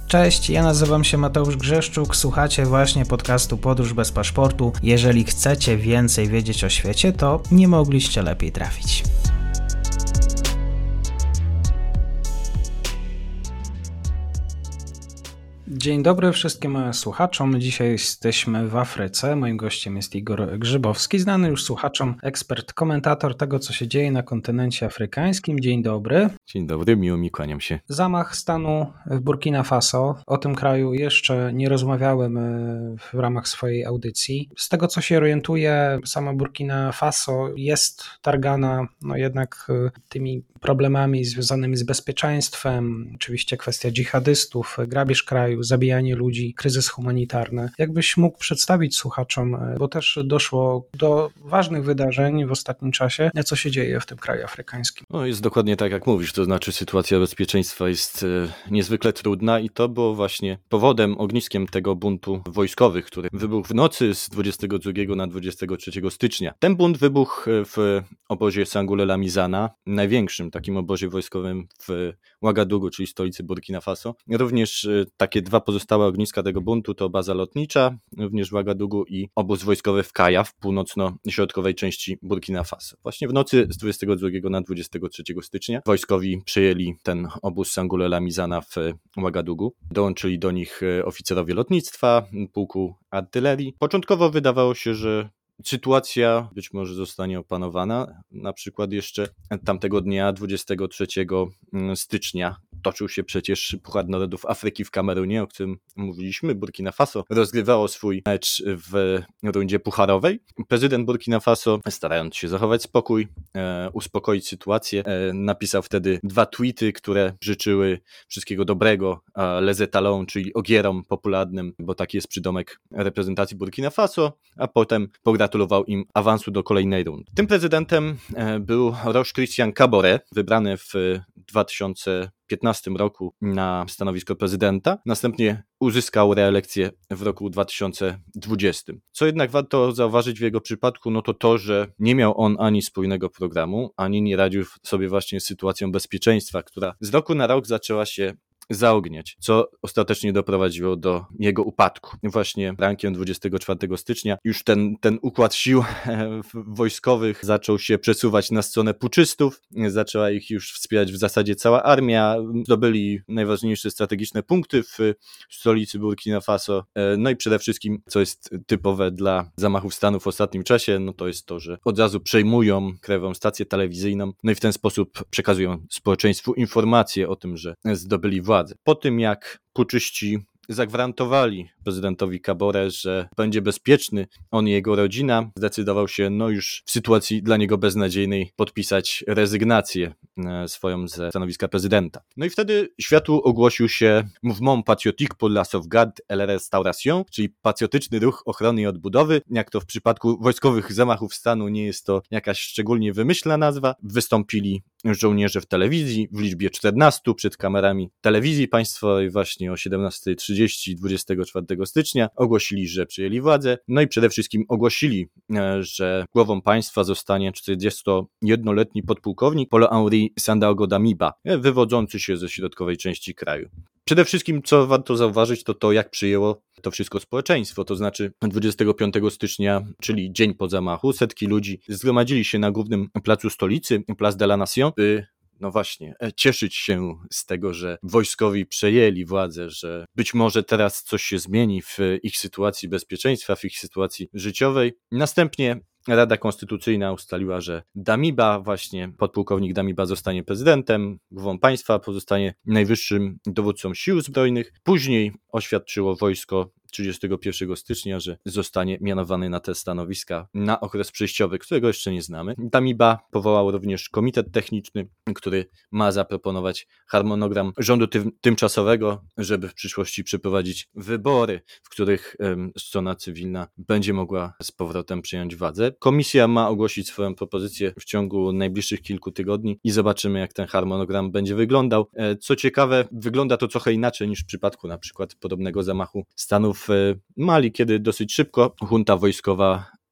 Cześć, ja nazywam się Mateusz Grzeszczuk, słuchacie właśnie podcastu Podróż bez paszportu. Jeżeli chcecie więcej wiedzieć o świecie, to nie mogliście lepiej trafić. Dzień dobry wszystkim słuchaczom. Dzisiaj jesteśmy w Afryce. Moim gościem jest Igor Grzybowski, znany już słuchaczom ekspert, komentator tego, co się dzieje na kontynencie afrykańskim. Dzień dobry. Dzień dobry, miło mi, kłaniam się. Zamach stanu w Burkina Faso. O tym kraju jeszcze nie rozmawiałem w ramach swojej audycji. Z tego, co się orientuję, sama Burkina Faso jest targana jednak tymi problemami związanymi z bezpieczeństwem. Oczywiście kwestia dżihadystów, grabież kraju, zabijanie ludzi, kryzys humanitarny. Jakbyś mógł przedstawić słuchaczom, bo też doszło do ważnych wydarzeń w ostatnim czasie, co się dzieje w tym kraju afrykańskim? No jest dokładnie tak, jak mówisz, to znaczy sytuacja bezpieczeństwa jest niezwykle trudna i to było właśnie powodem, ogniskiem tego buntu wojskowych, który wybuchł w nocy z 22 na 23 stycznia. Ten bunt wybuchł w obozie Sangoule Lamizana, największym takim obozie wojskowym w Ouagadougou, czyli stolicy Burkina Faso. Również takie dwa pozostałe ogniska tego buntu to baza lotnicza, również w Ouagadougou i obóz wojskowy w Kaya, w północno-środkowej części Burkina Faso. Właśnie w nocy z 22 na 23 stycznia wojskowi przejęli ten obóz Sangoule Lamizana w Ouagadougou. Dołączyli do nich oficerowie lotnictwa, pułku artylerii. Początkowo wydawało się, że sytuacja być może zostanie opanowana. Na przykład jeszcze tamtego dnia, 23 stycznia, toczył się przecież Puchar Narodów Afryki w Kamerunie, o którym mówiliśmy. Burkina Faso rozgrywało swój mecz w rundzie pucharowej. Prezydent Burkina Faso, starając się zachować spokój, uspokoić sytuację, napisał wtedy 2 tweety, które życzyły wszystkiego dobrego Les Etalons, czyli ogierom popularnym, bo taki jest przydomek reprezentacji Burkina Faso, a potem pogratulował im awansu do kolejnej rundy. Tym prezydentem był Roch Christian Kabore, wybrany w 2015 roku na stanowisko prezydenta. Następnie uzyskał reelekcję w roku 2020. Co jednak warto zauważyć w jego przypadku, to, że nie miał on ani spójnego programu, ani nie radził sobie właśnie z sytuacją bezpieczeństwa, która z roku na rok zaczęła się zaogniać, co ostatecznie doprowadziło do jego upadku. Właśnie rankiem 24 stycznia już ten układ sił wojskowych zaczął się przesuwać na stronę puczystów, zaczęła ich już wspierać w zasadzie cała armia, zdobyli najważniejsze strategiczne punkty w stolicy Burkina Faso, no i przede wszystkim, co jest typowe dla zamachów stanu w ostatnim czasie, to jest to, że od razu przejmują krajową stację telewizyjną, no i w ten sposób przekazują społeczeństwu informacje o tym, że zdobyli władzę. Po tym jak puczyści zagwarantowali prezydentowi Kabore, że będzie bezpieczny on i jego rodzina, zdecydował się już w sytuacji dla niego beznadziejnej podpisać rezygnację swoją ze stanowiska prezydenta. No i wtedy światu ogłosił się Mouvement Patriotique pour la Sauvegarde et la Restauration, czyli patriotyczny ruch ochrony i odbudowy. Jak to w przypadku wojskowych zamachów stanu nie jest to jakaś szczególnie wymyślna nazwa. Wystąpili żołnierze w telewizji w liczbie 14 przed kamerami telewizji państwowej właśnie o 17:30 24 stycznia. Ogłosili, że przyjęli władzę, no i przede wszystkim ogłosili, że głową państwa zostanie 41-letni podpułkownik Paul-Henri Sandaogo Damiba, wywodzący się ze środkowej części kraju. Przede wszystkim, co warto zauważyć, to jak przyjęło to wszystko społeczeństwo, to znaczy 25 stycznia, czyli dzień po zamachu, setki ludzi zgromadzili się na głównym placu stolicy, Place de la Nation, by cieszyć się z tego, że wojskowi przejęli władzę, że być może teraz coś się zmieni w ich sytuacji bezpieczeństwa, w ich sytuacji życiowej. Następnie Rada Konstytucyjna ustaliła, że Damiba, właśnie podpułkownik Damiba zostanie prezydentem, głową państwa, pozostanie najwyższym dowódcą sił zbrojnych. Później oświadczyło wojsko 31 stycznia, że zostanie mianowany na te stanowiska na okres przejściowy, którego jeszcze nie znamy. Damiba powołał również komitet techniczny, który ma zaproponować harmonogram rządu tymczasowego, żeby w przyszłości przeprowadzić wybory, w których strona cywilna będzie mogła z powrotem przejąć władzę. Komisja ma ogłosić swoją propozycję w ciągu najbliższych kilku tygodni i zobaczymy, jak ten harmonogram będzie wyglądał. Co ciekawe, wygląda to trochę inaczej niż w przypadku na przykład podobnego zamachu stanu w Mali, kiedy dosyć szybko junta wojskowa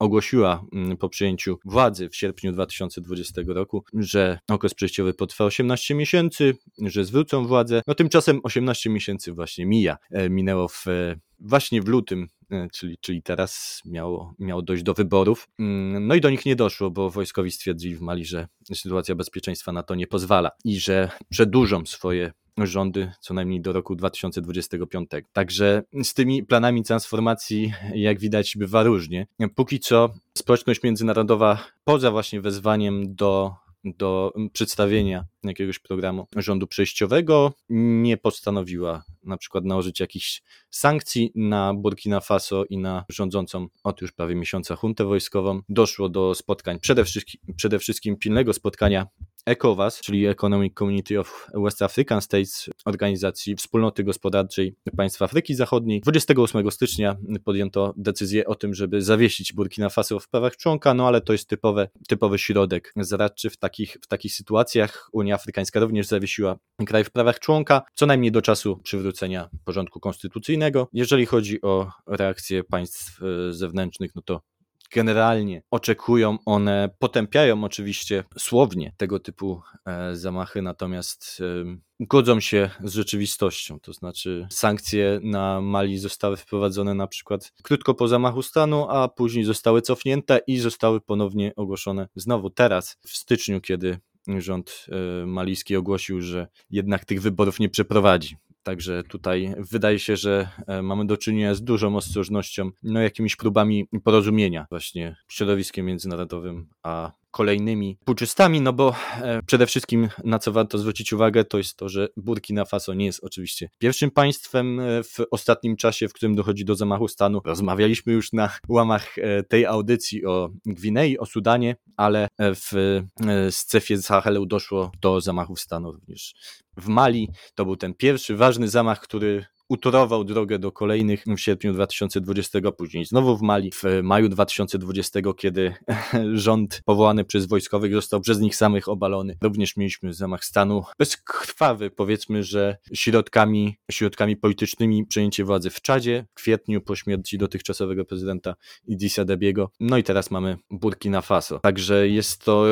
ogłosiła po przejęciu władzy w sierpniu 2020 roku, że okres przejściowy potrwa 18 miesięcy, że zwrócą władzę. No tymczasem 18 miesięcy właśnie minęło właśnie w lutym, czyli teraz miało dojść do wyborów. No i do nich nie doszło, bo wojskowi stwierdzili w Mali, że sytuacja bezpieczeństwa na to nie pozwala i że przedłużą swoje rządy co najmniej do roku 2025. Także z tymi planami transformacji, jak widać, bywa różnie. Póki co społeczność międzynarodowa, poza właśnie wezwaniem do przedstawienia jakiegoś programu rządu przejściowego, nie postanowiła na przykład nałożyć jakichś sankcji na Burkina Faso i na rządzącą od już prawie miesiąca juntę wojskową. Doszło do spotkań, przede wszystkim pilnego spotkania ECOWAS, czyli Economic Community of West African States, organizacji wspólnoty gospodarczej państw Afryki Zachodniej. 28 stycznia podjęto decyzję o tym, żeby zawiesić Burkina Faso w prawach członka, no ale to jest typowy środek zaradczy w takich sytuacjach. Unia Afrykańska również zawiesiła kraj w prawach członka, co najmniej do czasu przywrócenia porządku konstytucyjnego. Jeżeli chodzi o reakcje państw zewnętrznych, no to generalnie oczekują one, potępiają oczywiście słownie tego typu zamachy, natomiast godzą się z rzeczywistością, to znaczy sankcje na Mali zostały wprowadzone na przykład krótko po zamachu stanu, a później zostały cofnięte i zostały ponownie ogłoszone znowu teraz w styczniu, kiedy rząd malijski ogłosił, że jednak tych wyborów nie przeprowadzi. Także tutaj wydaje się, że mamy do czynienia z dużą ostrożnością, jakimiś próbami porozumienia właśnie środowiskiem międzynarodowym, a kolejnymi puczystami, bo przede wszystkim na co warto zwrócić uwagę, to jest to, że Burkina Faso nie jest oczywiście pierwszym państwem w ostatnim czasie, w którym dochodzi do zamachu stanu. Rozmawialiśmy już na łamach tej audycji o Gwinei, o Sudanie, ale w strefie Sahelu doszło do zamachów stanu również w Mali. To był ten pierwszy ważny zamach, który utorował drogę do kolejnych w sierpniu 2020, później znowu w Mali, w maju 2020, kiedy rząd powołany przez wojskowych został przez nich samych obalony. Również mieliśmy zamach stanu bezkrwawy, powiedzmy, że środkami politycznymi przejęcie władzy w Czadzie w kwietniu po śmierci dotychczasowego prezydenta Idrissa Debiego. No i teraz mamy Burkina Faso. Także jest to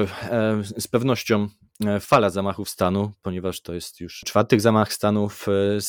z pewnością fala zamachów stanu, ponieważ to jest już czwarty zamach stanu w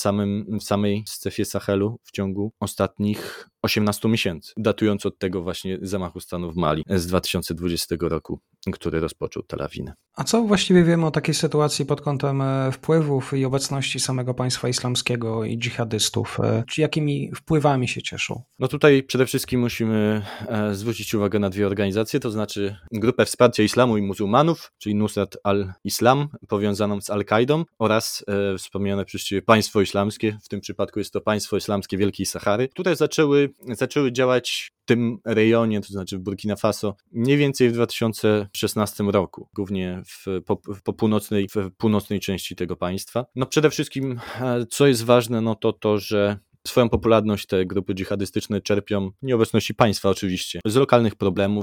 samej strefie Sahelu w ciągu ostatnich 18 miesięcy, datując od tego właśnie zamachu stanu w Mali z 2020 roku, który rozpoczął tę lawinę. A co właściwie wiemy o takiej sytuacji pod kątem wpływów i obecności samego państwa islamskiego i dżihadystów? Czy jakimi wpływami się cieszą? No tutaj przede wszystkim musimy zwrócić uwagę na dwie organizacje, to znaczy Grupę Wsparcia Islamu i Muzułmanów, czyli Nusrat al-Islam, powiązaną z Al-Kaidą, oraz wspomniane przez Ciebie państwo islamskie, w tym przypadku jest to państwo islamskie Wielkiej Sahary, które zaczęły działać w tym rejonie, to znaczy w Burkina Faso, mniej więcej w 2016 roku, głównie w północnej części tego państwa. No przede wszystkim, co jest ważne, no to, że swoją popularność te grupy dżihadystyczne czerpią, nieobecności państwa oczywiście, z lokalnych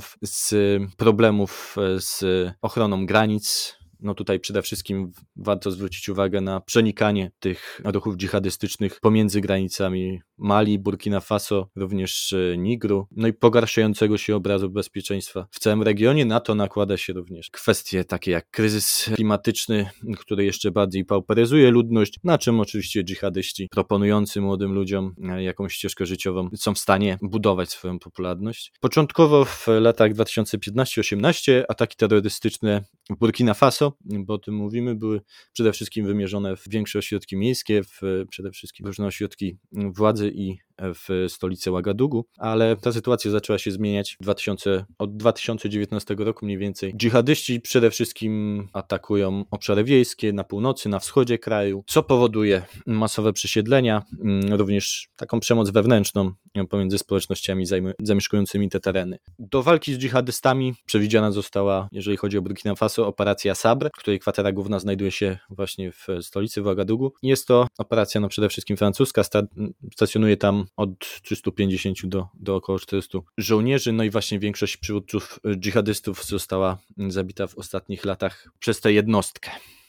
problemów z ochroną granic. No tutaj przede wszystkim warto zwrócić uwagę na przenikanie tych ruchów dżihadystycznych pomiędzy granicami Mali, Burkina Faso, również Nigru, no i pogarszającego się obrazu bezpieczeństwa w całym regionie. Na to nakłada się również kwestie takie jak kryzys klimatyczny, który jeszcze bardziej pauperyzuje ludność, na czym oczywiście dżihadyści proponujący młodym ludziom jakąś ścieżkę życiową są w stanie budować swoją popularność. Początkowo w latach 2015-18 ataki terrorystyczne w Burkina Faso, bo o tym mówimy, były przede wszystkim wymierzone w większe ośrodki miejskie, przede wszystkim różne ośrodki władzy i w stolicy Ouagadougou, ale ta sytuacja zaczęła się zmieniać od 2019 roku mniej więcej. Dżihadyści przede wszystkim atakują obszary wiejskie na północy, na wschodzie kraju, co powoduje masowe przesiedlenia, również taką przemoc wewnętrzną pomiędzy społecznościami zamieszkującymi te tereny. Do walki z dżihadystami przewidziana została, jeżeli chodzi o Burkina Faso, operacja Sabr, której kwatera główna znajduje się właśnie w stolicy, w Ouagadougou. Jest to operacja przede wszystkim francuska, stacjonuje tam od 350 do około 400 żołnierzy, no i właśnie większość przywódców dżihadystów została zabita w ostatnich latach przez tę jednostkę.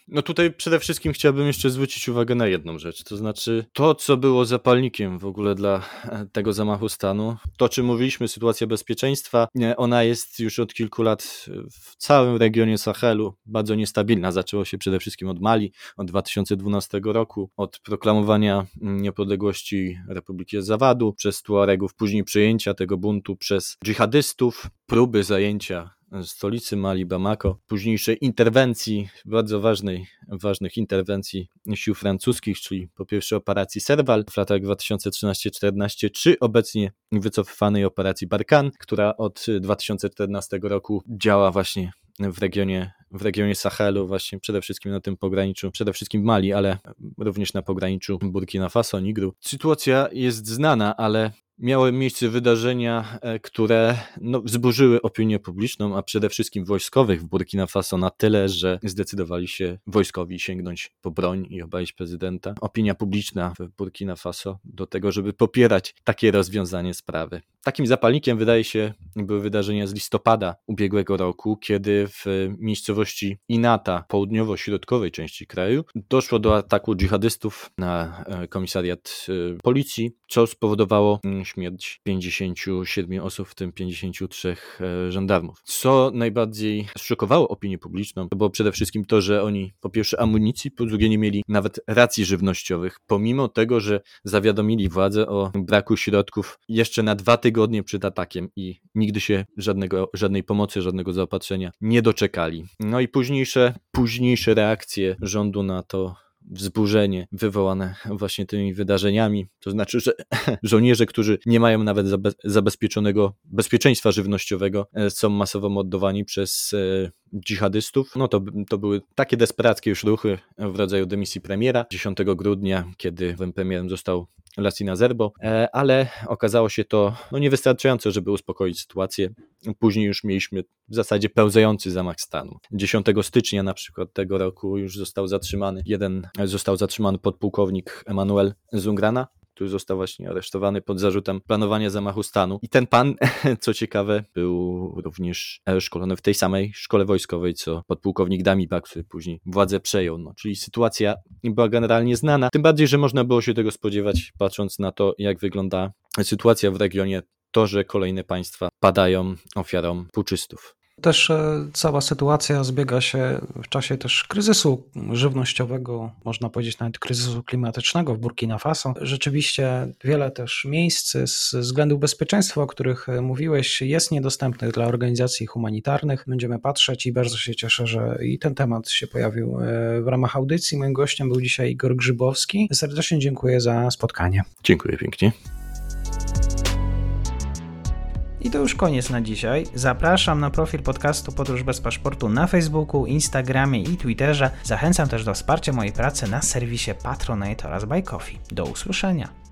No tutaj przede wszystkim chciałbym jeszcze zwrócić uwagę na jedną rzecz, to znaczy to, co było zapalnikiem w ogóle dla tego zamachu stanu, to, czym mówiliśmy, sytuacja bezpieczeństwa, ona jest już od kilku lat w całym regionie Sahelu bardzo niestabilna. Zaczęło się przede wszystkim od Mali, od 2012 roku, od proklamowania niepodległości Republiki Zawadu przez Tuaregów, później przejęcia tego buntu przez dżihadystów, próby zajęcia stolicy Mali, Bamako, późniejszej interwencji, bardzo ważnych interwencji sił francuskich, czyli po pierwsze operacji Serval w latach 2013-14, czy obecnie wycofywanej operacji Barkhane, która od 2014 roku działa właśnie w regionie Sahelu, właśnie przede wszystkim na tym pograniczu, przede wszystkim w Mali, ale również na pograniczu Burkina Faso, Nigru. Sytuacja jest znana, ale miały miejsce wydarzenia, które wzburzyły opinię publiczną, a przede wszystkim wojskowych w Burkina Faso na tyle, że zdecydowali się wojskowi sięgnąć po broń i obalić prezydenta. Opinia publiczna w Burkina Faso do tego, żeby popierać takie rozwiązanie sprawy. Takim zapalnikiem, wydaje się, były wydarzenia z listopada ubiegłego roku, kiedy w miejscowości Inata, południowo-środkowej części kraju, doszło do ataku dżihadystów na komisariat policji, co spowodowało śmierć 57 osób, w tym 53 żandarmów. Co najbardziej szokowało opinię publiczną, to było przede wszystkim to, że oni po pierwsze amunicji, po drugie nie mieli nawet racji żywnościowych, pomimo tego, że zawiadomili władzę o braku środków jeszcze na 2 tygodnie przed atakiem i nigdy się żadnej pomocy, żadnego zaopatrzenia nie doczekali. No i późniejsze reakcje rządu na to wzburzenie wywołane właśnie tymi wydarzeniami, to znaczy, że żołnierze, którzy nie mają nawet zabezpieczonego bezpieczeństwa żywnościowego, są masowo mordowani przez dżihadystów. No to były takie desperackie już ruchy w rodzaju dymisji premiera 10 grudnia, kiedy premierem został Lassina Zerbo, ale okazało się to niewystarczające, żeby uspokoić sytuację. Później już mieliśmy w zasadzie pełzający zamach stanu. 10 stycznia na przykład tego roku już został zatrzymany podpułkownik Emmanuel Zungrana, który został właśnie aresztowany pod zarzutem planowania zamachu stanu. I ten pan, co ciekawe, był również szkolony w tej samej szkole wojskowej, co podpułkownik Damiba, który później władzę przejął. Czyli sytuacja była generalnie znana. Tym bardziej, że można było się tego spodziewać, patrząc na to, jak wygląda sytuacja w regionie, to, że kolejne państwa padają ofiarą puczystów. Też cała sytuacja zbiega się w czasie też kryzysu żywnościowego, można powiedzieć nawet kryzysu klimatycznego w Burkina Faso. Rzeczywiście wiele też miejsc z względów bezpieczeństwa, o których mówiłeś, jest niedostępnych dla organizacji humanitarnych. Będziemy patrzeć i bardzo się cieszę, że i ten temat się pojawił w ramach audycji. Moim gościem był dzisiaj Igor Grzybowski. Serdecznie dziękuję za spotkanie. Dziękuję pięknie. I to już koniec na dzisiaj. Zapraszam na profil podcastu Podróż bez paszportu na Facebooku, Instagramie i Twitterze. Zachęcam też do wsparcia mojej pracy na serwisie Patronite oraz Buy Coffee. Do usłyszenia.